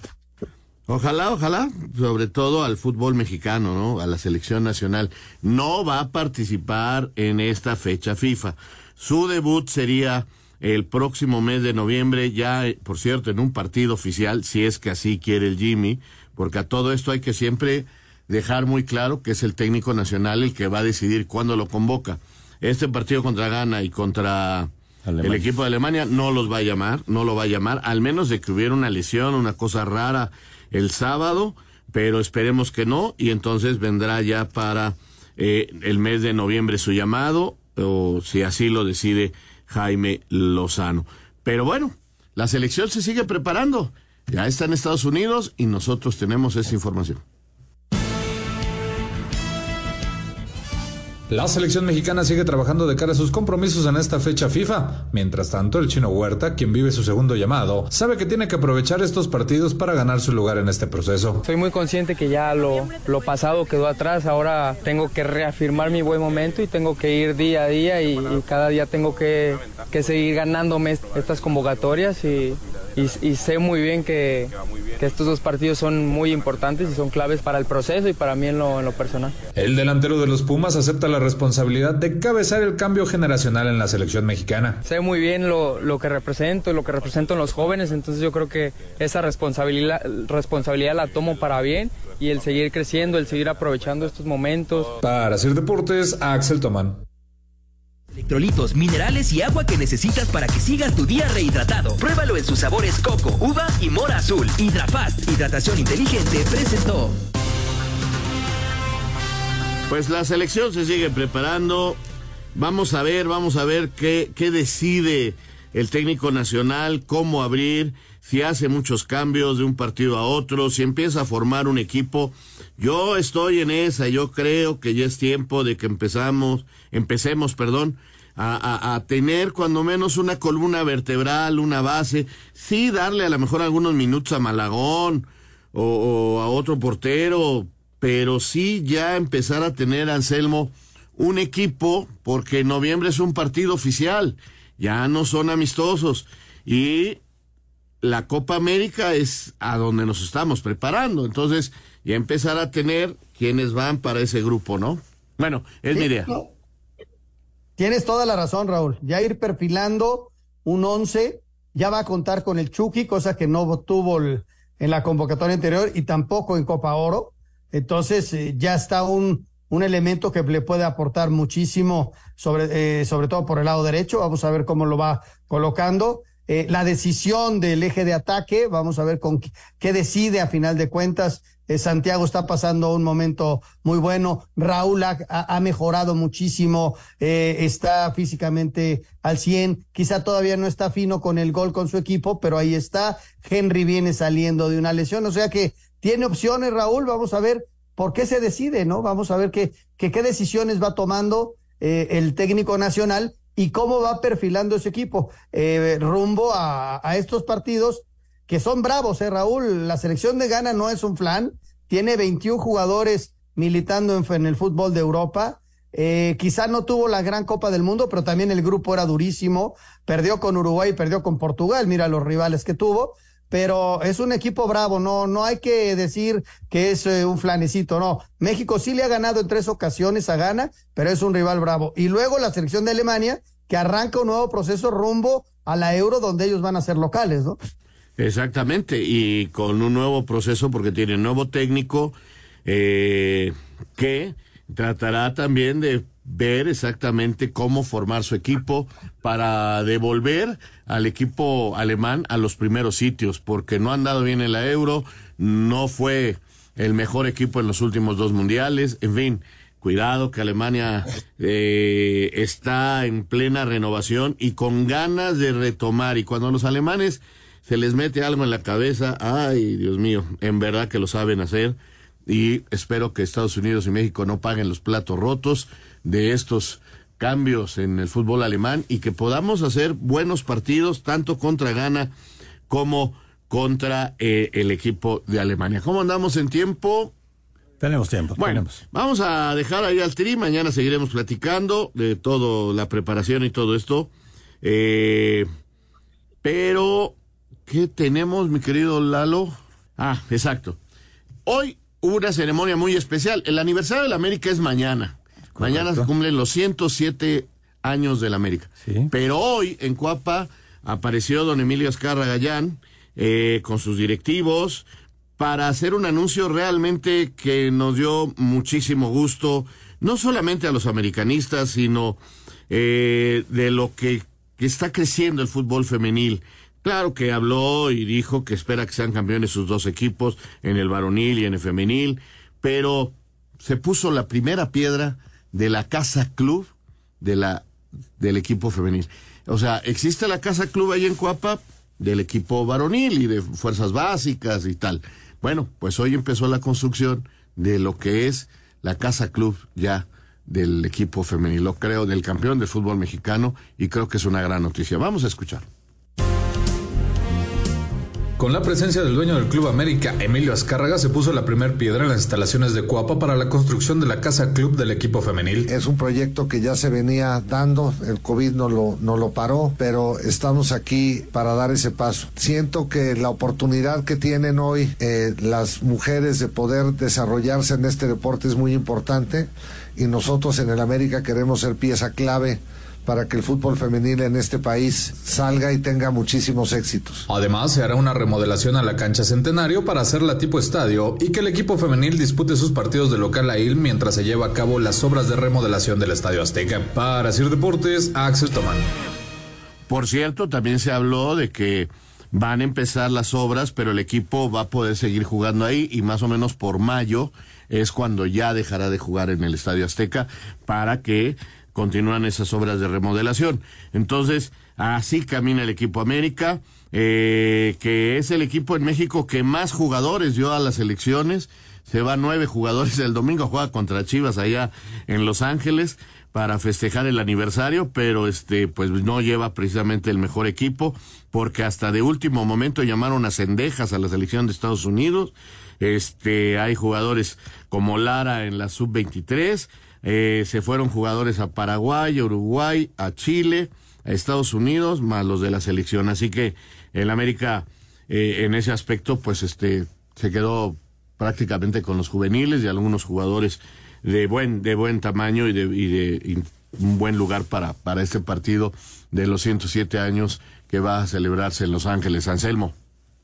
S14: Ojalá, ojalá, sobre todo al fútbol mexicano, ¿no? A la selección nacional. No va a participar en esta fecha FIFA. Su debut sería el próximo mes de noviembre, ya, por cierto, en un partido oficial, si es que así quiere el Jimmy, porque a todo esto hay que siempre dejar muy claro que es el técnico nacional el que va a decidir cuándo lo convoca. Este partido contra Ghana y contra Alemania, el equipo de Alemania, no los va a llamar, no lo va a llamar, al menos de que hubiera una lesión, una cosa rara el sábado, pero esperemos que no, y entonces vendrá ya para eh, el mes de noviembre su llamado, o si así lo decide Jaime Lozano. Pero bueno, la selección se sigue preparando, ya está en Estados Unidos y nosotros tenemos esa información.
S3: La selección mexicana sigue trabajando de cara a sus compromisos en esta fecha FIFA. Mientras tanto, el Chino Huerta, quien vive su segundo llamado, sabe que tiene que aprovechar estos partidos para ganar su lugar en este proceso.
S1: Soy muy consciente que ya lo, lo pasado quedó atrás, ahora tengo que reafirmar mi buen momento y tengo que ir día a día y, y cada día tengo que, que seguir ganándome estas convocatorias y, y, y sé muy bien que, que estos dos partidos son muy importantes y son claves para el proceso y para mí en lo, en lo personal.
S3: El delantero de los Pumas acepta la responsabilidad de cabezar el cambio generacional en la selección mexicana.
S1: Sé muy bien lo, lo que represento, lo que represento en los jóvenes, entonces yo creo que esa responsabilidad, responsabilidad la tomo para bien y el seguir creciendo, el seguir aprovechando estos momentos.
S3: Para hacer deportes, Axel Tomán.
S22: Electrolitos, minerales y agua que necesitas para que sigas tu día rehidratado. Pruébalo en sus sabores coco, uva y mora azul. Hidrafast, hidratación inteligente, presentó.
S14: Pues la selección se sigue preparando. Vamos a ver, vamos a ver qué, qué decide el técnico nacional, cómo abrir, si hace muchos cambios de un partido a otro, si empieza a formar un equipo. Yo estoy en esa, yo creo que ya es tiempo de que empezamos, empecemos, perdón, a, a, a tener cuando menos una columna vertebral, una base. Sí, darle a lo mejor algunos minutos a Malagón o, o a otro portero, pero sí ya empezar a tener, Anselmo, un equipo, porque en noviembre es un partido oficial, ya no son amistosos, y la Copa América es a donde nos estamos preparando, entonces ya empezar a tener quienes van para ese grupo, ¿no? Bueno, es sí, mi idea. No.
S16: Tienes toda la razón, Raúl, ya ir perfilando un once, ya va a contar con el Chucky, cosa que no tuvo el, en la convocatoria anterior y tampoco en Copa Oro. Entonces eh, ya está un, un elemento que le puede aportar muchísimo, sobre, eh, sobre todo por el lado derecho. Vamos a ver cómo lo va colocando. Eh, la decisión del eje de ataque, vamos a ver con qué, qué decide a final de cuentas. Eh, Santiago está pasando un momento muy bueno. Raúl ha, ha mejorado muchísimo, eh, está físicamente al cien. Quizá todavía no está fino con el gol con su equipo, pero ahí está. Henry viene saliendo de una lesión, o sea que tiene opciones, Raúl. Vamos a ver por qué se decide, ¿no? Vamos a ver qué, qué, qué decisiones va tomando eh, el técnico nacional y cómo va perfilando ese equipo eh, rumbo a, a estos partidos que son bravos, ¿eh, Raúl? La selección de Ghana no es un flan, tiene veintiún jugadores militando en, en el fútbol de Europa, eh, quizá no tuvo la gran Copa del Mundo, pero también el grupo era durísimo, perdió con Uruguay, perdió con Portugal, mira los rivales que tuvo, pero es un equipo bravo, no, no hay que decir que es eh, un flanecito, no. México sí le ha ganado en tres ocasiones a Ghana, pero es un rival bravo. Y luego la selección de Alemania, que arranca un nuevo proceso rumbo a la Euro, donde ellos van a ser locales, ¿no?
S14: Exactamente, y con un nuevo proceso porque tiene un nuevo técnico eh, que tratará también de ver exactamente cómo formar su equipo para devolver al equipo alemán a los primeros sitios, porque no han dado bien en la Euro, no fue el mejor equipo en los últimos dos mundiales, en fin, cuidado que Alemania eh, está en plena renovación y con ganas de retomar, y cuando a los alemanes se les mete algo en la cabeza, ay Dios mío, en verdad que lo saben hacer, y espero que Estados Unidos y México no paguen los platos rotos de estos cambios en el fútbol alemán y que podamos hacer buenos partidos tanto contra Ghana como contra eh, el equipo de Alemania. ¿Cómo andamos en tiempo?
S15: Tenemos tiempo.
S14: Bueno,
S15: tenemos.
S14: Vamos a dejar ahí al Tri, mañana seguiremos platicando de todo, la preparación y todo esto. Eh, pero, ¿qué tenemos, mi querido Lalo? Ah, exacto. Hoy hubo una ceremonia muy especial. El aniversario de la América es mañana. Correcto. Mañana se cumplen los ciento siete años de la América. Sí. Pero hoy, en Cuapa, apareció don Emilio Azcarra Gallán eh, con sus directivos para hacer un anuncio realmente que nos dio muchísimo gusto, no solamente a los americanistas, sino eh, de lo que, que está creciendo el fútbol femenil. Claro que habló y dijo que espera que sean campeones sus dos equipos, en el varonil y en el femenil, pero se puso la primera piedra de la Casa Club de la, del equipo femenil. O sea, existe la Casa Club ahí en Cuapa del equipo varonil y de fuerzas básicas y tal. Bueno, pues hoy empezó la construcción de lo que es la Casa Club ya del equipo femenil, lo creo, del campeón del fútbol mexicano, y creo que es una gran noticia. Vamos a escuchar.
S3: Con la presencia del dueño del Club América, Emilio Azcárraga, se puso la primer piedra en las instalaciones de Coapa para la construcción de la casa club del equipo femenil.
S7: Es un proyecto que ya se venía dando, el COVID no lo, no lo paró, pero estamos aquí para dar ese paso. Siento que la oportunidad que tienen hoy eh, las mujeres de poder desarrollarse en este deporte es muy importante, y nosotros en el América queremos ser pieza clave para que el fútbol femenil en este país salga y tenga muchísimos éxitos.
S3: Además, se hará una remodelación a la cancha Centenario para hacerla tipo estadio y que el equipo femenil dispute sus partidos de local ahí mientras se lleva a cabo las obras de remodelación del Estadio Azteca. Para Sir Deportes, Axel Tomán.
S14: Por cierto, también se habló de que van a empezar las obras, pero el equipo va a poder seguir jugando ahí, y más o menos por mayo es cuando ya dejará de jugar en el Estadio Azteca para que continúan esas obras de remodelación. Entonces, así camina el equipo América, eh, que es el equipo en México que más jugadores dio a las elecciones. Se van nueve jugadores. El domingo juega contra Chivas allá en Los Ángeles para festejar el aniversario, pero este pues no lleva precisamente el mejor equipo, porque hasta de último momento llamaron a Cendejas a la selección de Estados Unidos. Este, hay jugadores como Lara en la sub veintitrés. Eh, se fueron jugadores a Paraguay, a Uruguay, a Chile, a Estados Unidos, más los de la selección. Así que el América, eh, en ese aspecto, pues este se quedó prácticamente con los juveniles y algunos jugadores de buen de buen tamaño y de, y de y un buen lugar para, para este partido de los ciento siete años que va a celebrarse en Los Ángeles. Anselmo.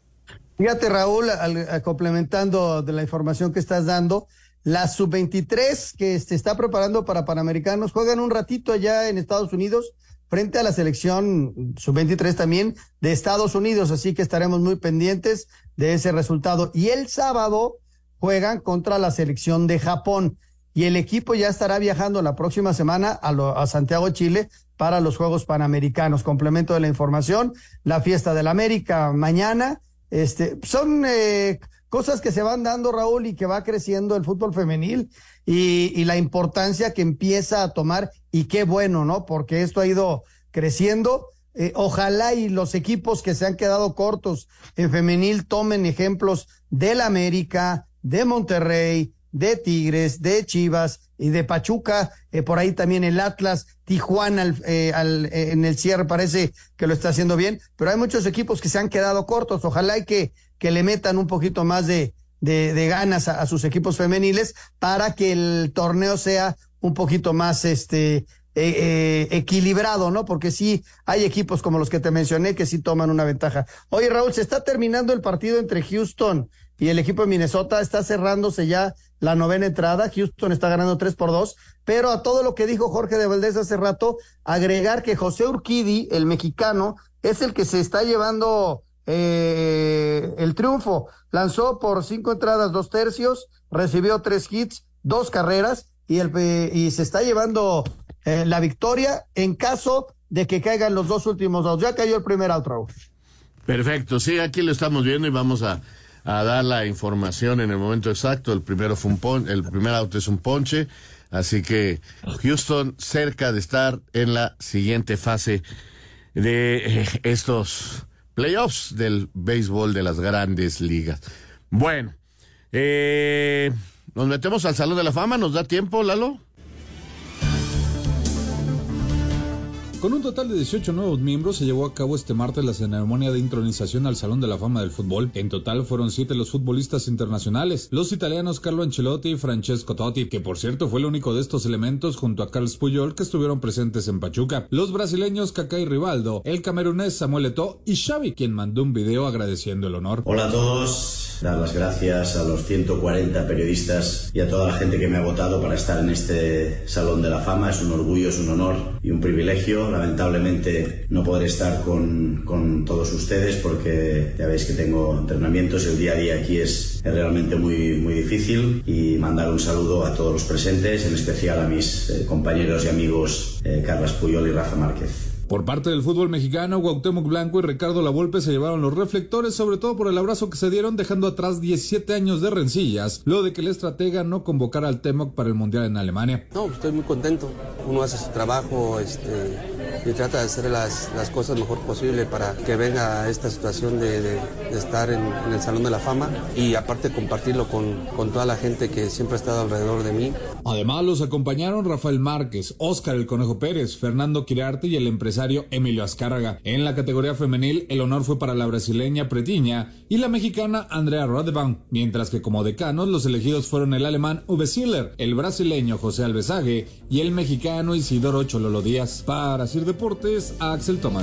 S16: Fíjate, Raúl, al, al, complementando de la información que estás dando, la sub veintitrés que se está preparando para Panamericanos juegan un ratito allá en Estados Unidos frente a la selección sub veintitrés también de Estados Unidos, así que estaremos muy pendientes de ese resultado. Y el sábado juegan contra la selección de Japón, y el equipo ya estará viajando la próxima semana a, lo, a Santiago, Chile, para los Juegos Panamericanos. Complemento de la información, la fiesta del América mañana, este, son... Eh, cosas que se van dando, Raúl, y que va creciendo el fútbol femenil y, y la importancia que empieza a tomar, y qué bueno, ¿no? Porque esto ha ido creciendo. Eh, ojalá y los equipos que se han quedado cortos en femenil tomen ejemplos del América, de Monterrey, de Tigres, de Chivas y de Pachuca, eh, por ahí también el Atlas, Tijuana al, eh, al, eh, en el cierre parece que lo está haciendo bien, pero hay muchos equipos que se han quedado cortos. Ojalá y que que le metan un poquito más de, de, de ganas a, a sus equipos femeniles para que el torneo sea un poquito más este eh, eh, equilibrado, ¿no? Porque sí, hay equipos como los que te mencioné que sí toman una ventaja. Oye, Raúl, se está terminando el partido entre Houston y el equipo de Minnesota, está cerrándose ya la novena entrada. Houston está ganando tres por dos, pero a todo lo que dijo Jorge de Valdés hace rato, agregar que José Urquidi, el mexicano, es el que se está llevando Eh, el triunfo. Lanzó por cinco entradas, dos tercios, recibió tres hits, dos carreras, y, el, y se está llevando eh, la victoria en caso de que caigan los dos últimos outs. Ya cayó el primer out, Raúl.
S14: Perfecto, sí, aquí lo estamos viendo y vamos a, a dar la información en el momento exacto. El primero fue un pon, el primer out es un ponche, así que Houston cerca de estar en la siguiente fase de eh, estos playoffs del béisbol de las grandes ligas. Bueno, eh, nos metemos al Salón de la Fama. ¿Nos da tiempo, Lalo?
S3: Con un total de dieciocho nuevos miembros, se llevó a cabo este martes la ceremonia de intronización al Salón de la Fama del Fútbol. En total fueron siete los futbolistas internacionales, los italianos Carlo Ancelotti y Francesco Totti, que por cierto fue el único de estos elementos junto a Carles Puyol que estuvieron presentes en Pachuca, los brasileños Kaká y Rivaldo, el camerunés Samuel Eto'o y Xavi, quien mandó un video agradeciendo el honor.
S2: Hola a todos, dar las gracias a los ciento cuarenta periodistas y a toda la gente que me ha votado para estar en este Salón de la Fama. Es un orgullo, es un honor y un privilegio. Lamentablemente no podré estar con, con todos ustedes porque ya veis que tengo entrenamientos y el día a día aquí es, es realmente muy, muy difícil, y mandar un saludo a todos los presentes, en especial a mis eh, compañeros y amigos eh, Carles Puyol y Rafa Márquez.
S3: Por parte del fútbol mexicano, Cuauhtémoc Blanco y Ricardo Lavolpe se llevaron los reflectores, sobre todo por el abrazo que se dieron, dejando atrás diecisiete años de rencillas, luego de que el estratega no convocara al T-M O C para el Mundial en Alemania.
S4: No, estoy muy contento. Uno hace su trabajo este, y trata de hacer las, las cosas mejor posible para que venga esta situación de, de, de estar en, en el Salón de la Fama y aparte compartirlo con, con toda la gente que siempre ha estado alrededor de mí.
S3: Además los acompañaron Rafael Márquez, Óscar el Conejo Pérez, Fernando Quirarte y el empresario Emilio Azcárraga. En la categoría femenil el honor fue para la brasileña Pretiña y la mexicana Andrea Rodeband, mientras que como decanos los elegidos fueron el alemán Uwe Ziller, el brasileño José Alvesague y el mexicano Isidoro Chololo Díaz. Para Sir Deportes, Axel Tomán.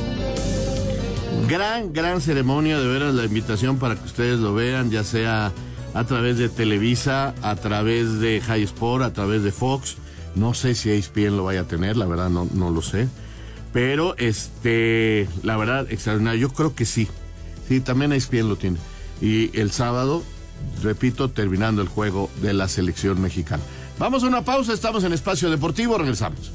S14: Gran, gran ceremonia, de veras, la invitación para que ustedes lo vean, ya sea a través de Televisa, a través de High Sport, a través de Fox. No sé si E S P N lo vaya a tener, la verdad no, no lo sé. Pero, este, la verdad, extraordinario. Yo creo que sí. Sí, también E S P N lo tiene. Y el sábado, repito, terminando el juego de la selección mexicana. Vamos a una pausa, estamos en Espacio Deportivo, regresamos.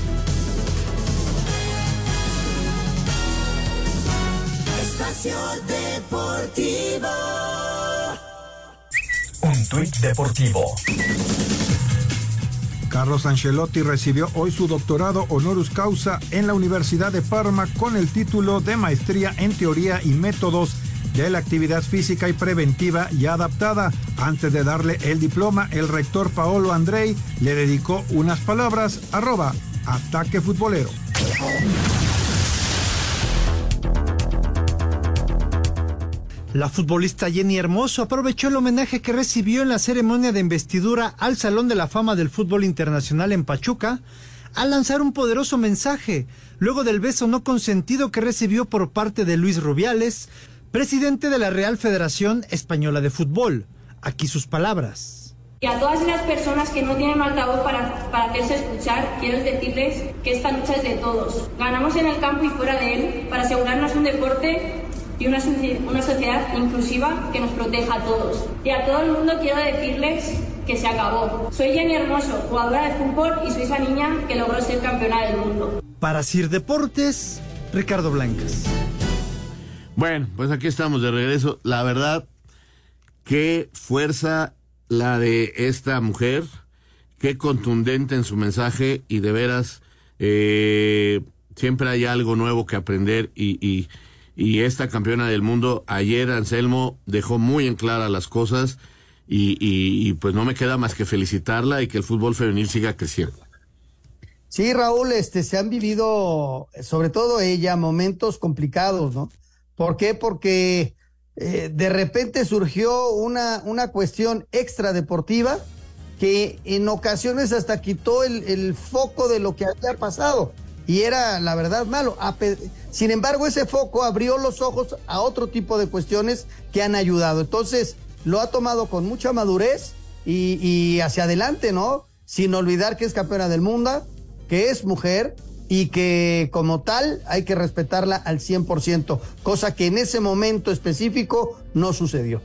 S18: Espacio Deportivo.
S12: Un tuit deportivo.
S19: Carlos Ancelotti recibió hoy su doctorado honoris causa en la Universidad de Parma con el título de maestría en teoría y métodos de la actividad física y preventiva y adaptada. Antes de darle el diploma, el rector Paolo Andrei le dedicó unas palabras, arroba ataque futbolero.
S5: La futbolista Jenny Hermoso aprovechó el homenaje que recibió en la ceremonia de investidura al Salón de la Fama del Fútbol Internacional en Pachuca, al lanzar un poderoso mensaje, luego del beso no consentido que recibió por parte de Luis Rubiales, presidente de la Real Federación Española de Fútbol. Aquí sus palabras.
S6: Y a todas las personas que no tienen altavoz para, para hacerse escuchar, quiero decirles que esta lucha es de todos. Ganamos en el campo y fuera de él para asegurarnos un deporte y una, una sociedad inclusiva que nos proteja a todos. Y a todo el mundo quiero decirles que se acabó. Soy Jenny Hermoso, jugadora de fútbol, y soy esa niña que logró ser campeona del mundo.
S5: Para Sir Deportes, Ricardo Blancas.
S14: Bueno, pues aquí estamos de regreso. La verdad, qué fuerza la de esta mujer, qué contundente en su mensaje, y de veras, eh, siempre hay algo nuevo que aprender, y... y Y esta campeona del mundo, ayer Anselmo dejó muy en clara las cosas y, y, y pues no me queda más que felicitarla y que el fútbol femenil siga creciendo.
S16: Sí, Raúl, este, se han vivido, sobre todo ella, momentos complicados, ¿no? ¿Por qué? Porque eh, de repente surgió una, una cuestión extradeportiva que en ocasiones hasta quitó el, el foco de lo que había pasado. Y era, la verdad, malo. Sin embargo, ese foco abrió los ojos a otro tipo de cuestiones que han ayudado. Entonces, lo ha tomado con mucha madurez y, y hacia adelante, ¿no? Sin olvidar que es campeona del mundo, que es mujer y que como tal hay que respetarla al cien por ciento, cosa que en ese momento específico no sucedió.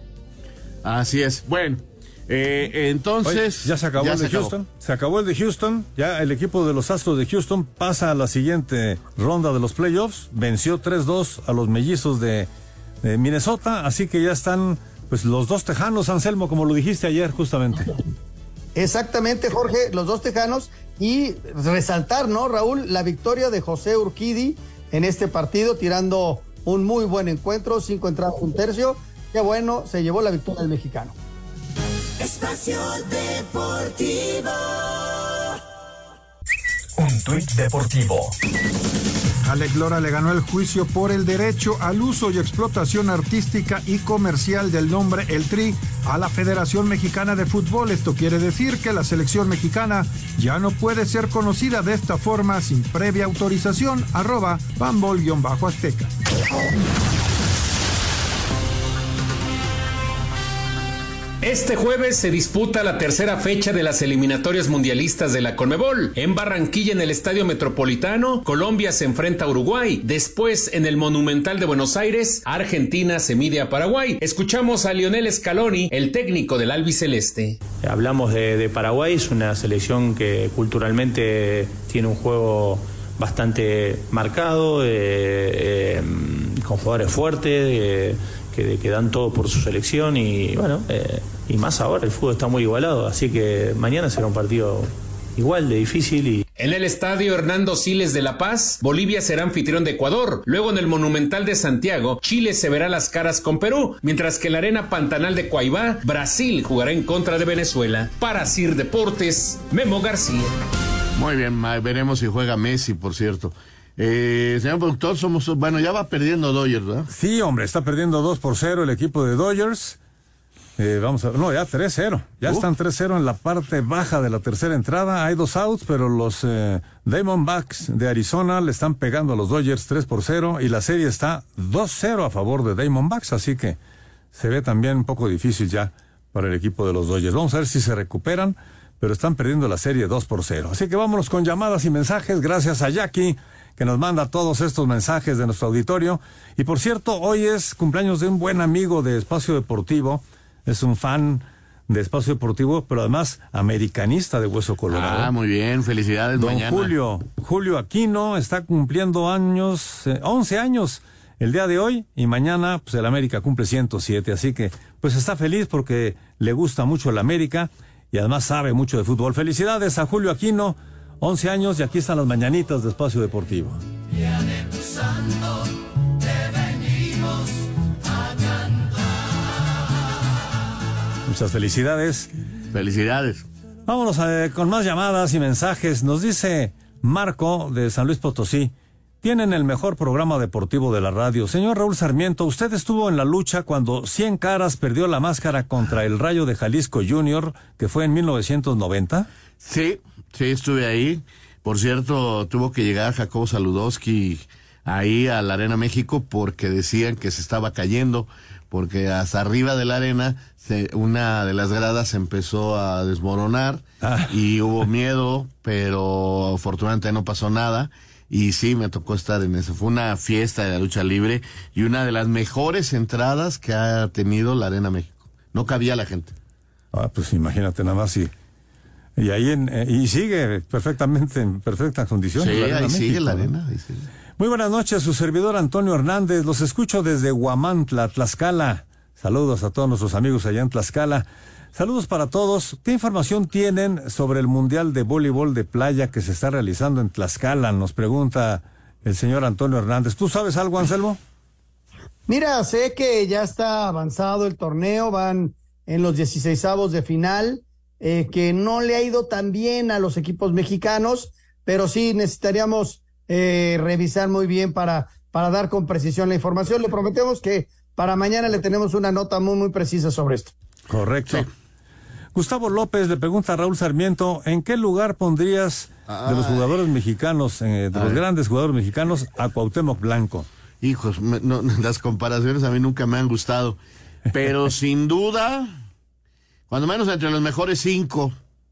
S14: Así es. Bueno. Eh, entonces
S15: Oye, ya se acabó
S14: ya
S15: el
S14: se
S15: de
S14: acabó.
S15: Houston, se acabó el de Houston, ya el equipo de los Astros de Houston pasa a la siguiente ronda de los playoffs, venció tres dos a los Mellizos de, de Minnesota, así que ya están pues los dos tejanos, Anselmo, como lo dijiste ayer justamente.
S16: Exactamente, Jorge, los dos tejanos, y resaltar, ¿no, Raúl? La victoria de José Urquidi en este partido, tirando un muy buen encuentro, cinco entradas, un tercio, qué bueno, se llevó la victoria del mexicano.
S18: Espacio Deportivo.
S12: Un tuit deportivo.
S19: Alex Lora le ganó el juicio por el derecho al uso y explotación artística y comercial del nombre El Tri a la Federación Mexicana de Fútbol. Esto quiere decir que la selección mexicana ya no puede ser conocida de esta forma sin previa autorización. Arroba Bambol-Azteca.
S24: Este jueves se disputa la tercera fecha de las eliminatorias mundialistas de la Conmebol. En Barranquilla, en el Estadio Metropolitano, Colombia se enfrenta a Uruguay. Después, en el Monumental de Buenos Aires, Argentina se mide a Paraguay. Escuchamos a Lionel Scaloni, el técnico del albiceleste.
S25: Hablamos de, de Paraguay, es una selección que culturalmente tiene un juego
S8: bastante marcado, eh, eh, con jugadores fuertes, eh, que, que dan todo por su selección y bueno, eh, y más ahora el fútbol está muy igualado, así que mañana será un partido igual de difícil. Y
S24: en el estadio Hernando Siles de La Paz, Bolivia será anfitrión de Ecuador. Luego en el Monumental de Santiago, Chile se verá las caras con Perú, mientras que en la Arena Pantanal de Coaibá, Brasil jugará en contra de Venezuela. Para Sir Deportes, Memo García.
S14: Muy bien, veremos si juega Messi, por cierto. Eh, señor productor, somos, bueno, ya va perdiendo Dodgers, ¿verdad?
S15: Sí, hombre, está perdiendo dos por cero el equipo de Dodgers. Eh, vamos a ver, no, ya tres cero. Ya uh. están tres cero en la parte baja de la tercera entrada. Hay dos outs, pero los eh, Diamondbacks de Arizona le están pegando a los Dodgers tres por cero y la serie está dos cero a favor de Diamondbacks, así que se ve también un poco difícil ya para el equipo de los Dodgers. Vamos a ver si se recuperan, pero están perdiendo la serie dos por cero. Así que vámonos con llamadas y mensajes. Gracias a Jackie, que nos manda todos estos mensajes de nuestro auditorio. Y por cierto, hoy es cumpleaños de un buen amigo de Espacio Deportivo. Es un fan de Espacio Deportivo, pero además americanista de Hueso Colorado.
S14: Ah, muy bien, felicidades.
S15: Don
S14: mañana.
S15: Julio, Julio Aquino está cumpliendo años, eh, once años el día de hoy, y mañana pues el América cumple ciento siete, así que pues está feliz porque le gusta mucho el América y además sabe mucho de fútbol. Felicidades a Julio Aquino, once años, y aquí están las mañanitas de Espacio Deportivo.
S18: Día de tu santo, te venimos a cantar.
S15: Muchas felicidades.
S14: Felicidades.
S15: Vámonos a, con más llamadas y mensajes. Nos dice Marco de San Luis Potosí: tienen el mejor programa deportivo de la radio. Señor Raúl Sarmiento, usted estuvo en la lucha cuando Cien Caras perdió la máscara contra el Rayo de Jalisco Junior, que fue en mil novecientos noventa.
S14: Sí, sí, estuve ahí. Por cierto, tuvo que llegar Jacobo Saludowski ahí a la Arena México porque decían que se estaba cayendo, porque hasta arriba de la arena se, una de las gradas se empezó a desmoronar ah. y hubo miedo, pero afortunadamente no pasó nada. Y sí, me tocó estar en eso. Fue una fiesta de la lucha libre y una de las mejores entradas que ha tenido la Arena México. No cabía la gente.
S15: Ah, pues imagínate nada más y... Y ahí en, eh, y sigue perfectamente, en perfectas condiciones.
S14: Sí,
S15: la arena
S14: ahí
S15: México,
S14: sigue la
S15: ¿no?
S14: arena. Ahí sigue.
S15: Muy buenas noches, su servidor Antonio Hernández. Los escucho desde Huamantla, Tlaxcala. Saludos a todos nuestros amigos allá en Tlaxcala. Saludos para todos. ¿Qué información tienen sobre el Mundial de Voleibol de Playa que se está realizando en Tlaxcala? Nos pregunta el señor Antonio Hernández. ¿Tú sabes algo, Anselmo?
S16: Mira, sé que ya está avanzado el torneo, van en los dieciseisavos de final. Eh, que no le ha ido tan bien a los equipos mexicanos, pero sí necesitaríamos eh, revisar muy bien para, para dar con precisión la información. Le prometemos que para mañana le tenemos una nota muy, muy precisa sobre esto.
S15: Correcto. Sí. Gustavo López le pregunta a Raúl Sarmiento: ¿en qué lugar pondrías Ay. de los jugadores mexicanos, eh, de Ay. los grandes jugadores mexicanos, a Cuauhtémoc Blanco?
S14: Hijos, me, no, las comparaciones a mí nunca me han gustado, pero sin duda... Cuando menos entre los mejores cinco,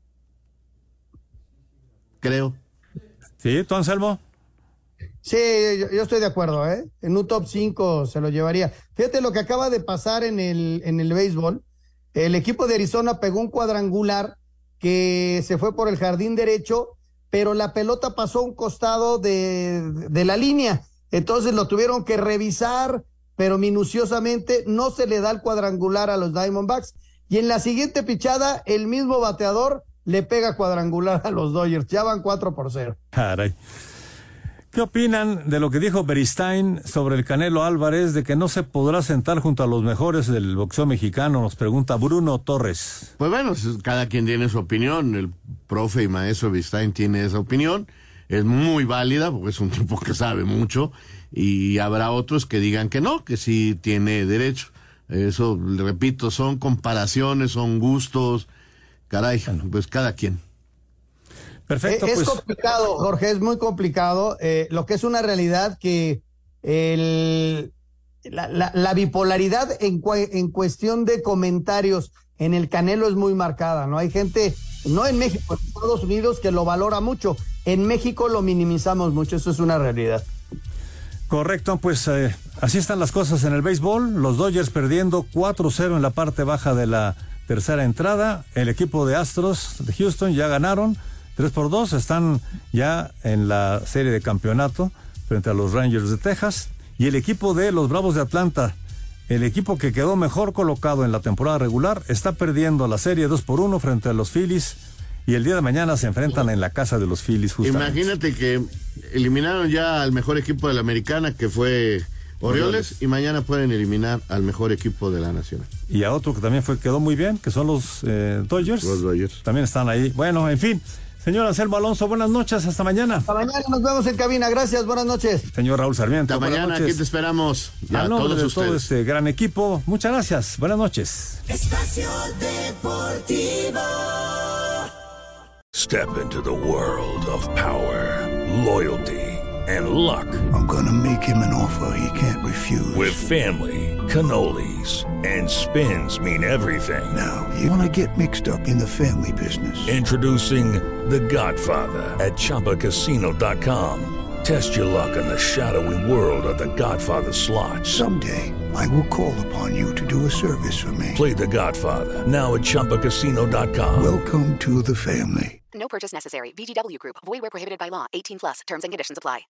S14: creo.
S15: ¿Sí, tú, Anselmo?
S16: Sí, yo, yo estoy de acuerdo, ¿eh? En un top cinco se lo llevaría. Fíjate lo que acaba de pasar en el, en el béisbol. El equipo de Arizona pegó un cuadrangular que se fue por el jardín derecho, pero la pelota pasó a un costado de, de la línea. Entonces lo tuvieron que revisar, pero minuciosamente no se le da el cuadrangular a los Diamondbacks. Y en la siguiente pichada, el mismo bateador le pega cuadrangular a los Dodgers. Ya van cuatro por cero.
S15: Caray. ¿Qué opinan de lo que dijo Beristain sobre el Canelo Álvarez, de que no se podrá sentar junto a los mejores del boxeo mexicano? Nos pregunta Bruno Torres.
S14: Pues bueno, cada quien tiene su opinión. El profe y maestro Beristain tiene esa opinión. Es muy válida, porque es un tipo que sabe mucho. Y habrá otros que digan que no, que sí tiene derecho. Eso, le repito, son comparaciones, son gustos, caray, pues cada quien.
S15: Perfecto.
S16: Es
S15: pues...
S16: complicado, Jorge, es muy complicado. Eh, lo que es una realidad que el, la, la, la bipolaridad en, en cuestión de comentarios en el Canelo es muy marcada, ¿no? Hay gente, no en México, en Estados Unidos, que lo valora mucho. En México lo minimizamos mucho, eso es una realidad.
S15: Correcto, pues eh, así están las cosas en el béisbol. Los Dodgers perdiendo cuatro cero en la parte baja de la tercera entrada. El equipo de Astros de Houston ya ganaron tres por dos, están ya en la serie de campeonato frente a los Rangers de Texas. Y el equipo de los Bravos de Atlanta, el equipo que quedó mejor colocado en la temporada regular, está perdiendo la serie dos por uno frente a los Phillies. Y el día de mañana se enfrentan en la casa de los Phillies justamente.
S14: Imagínate que eliminaron ya al mejor equipo de la Americana, que fue Orioles, Orioles, y mañana pueden eliminar al mejor equipo de la Nacional.
S15: Y a otro que también fue quedó muy bien, que son los eh, Dodgers.
S14: Los Dodgers.
S15: También están ahí. Bueno, en fin. Señor Anselmo Alonso, buenas noches, hasta mañana.
S16: Hasta mañana, nos vemos en cabina, gracias, buenas noches.
S15: Señor Raúl Sarmiento,
S14: hasta mañana, aquí te esperamos.
S15: Ya, a nombre todos de ustedes. Todo este gran equipo, muchas gracias, buenas noches.
S18: Espacio Deportivo.
S9: Step into the world of power, loyalty, and luck.
S10: I'm gonna make him an offer he can't refuse.
S9: With family, cannolis, and spins mean everything.
S10: Now, you wanna get mixed up in the family business.
S9: Introducing The Godfather at Chumba Casino dot com. Test your luck in the shadowy world of The Godfather slot.
S10: Someday, I will call upon you to do a service for me.
S9: Play The Godfather, now at Chumba Casino dot com.
S10: Welcome to the family.
S11: No purchase necessary. V G W Group. Void where prohibited by law. eighteen plus. Terms and conditions apply.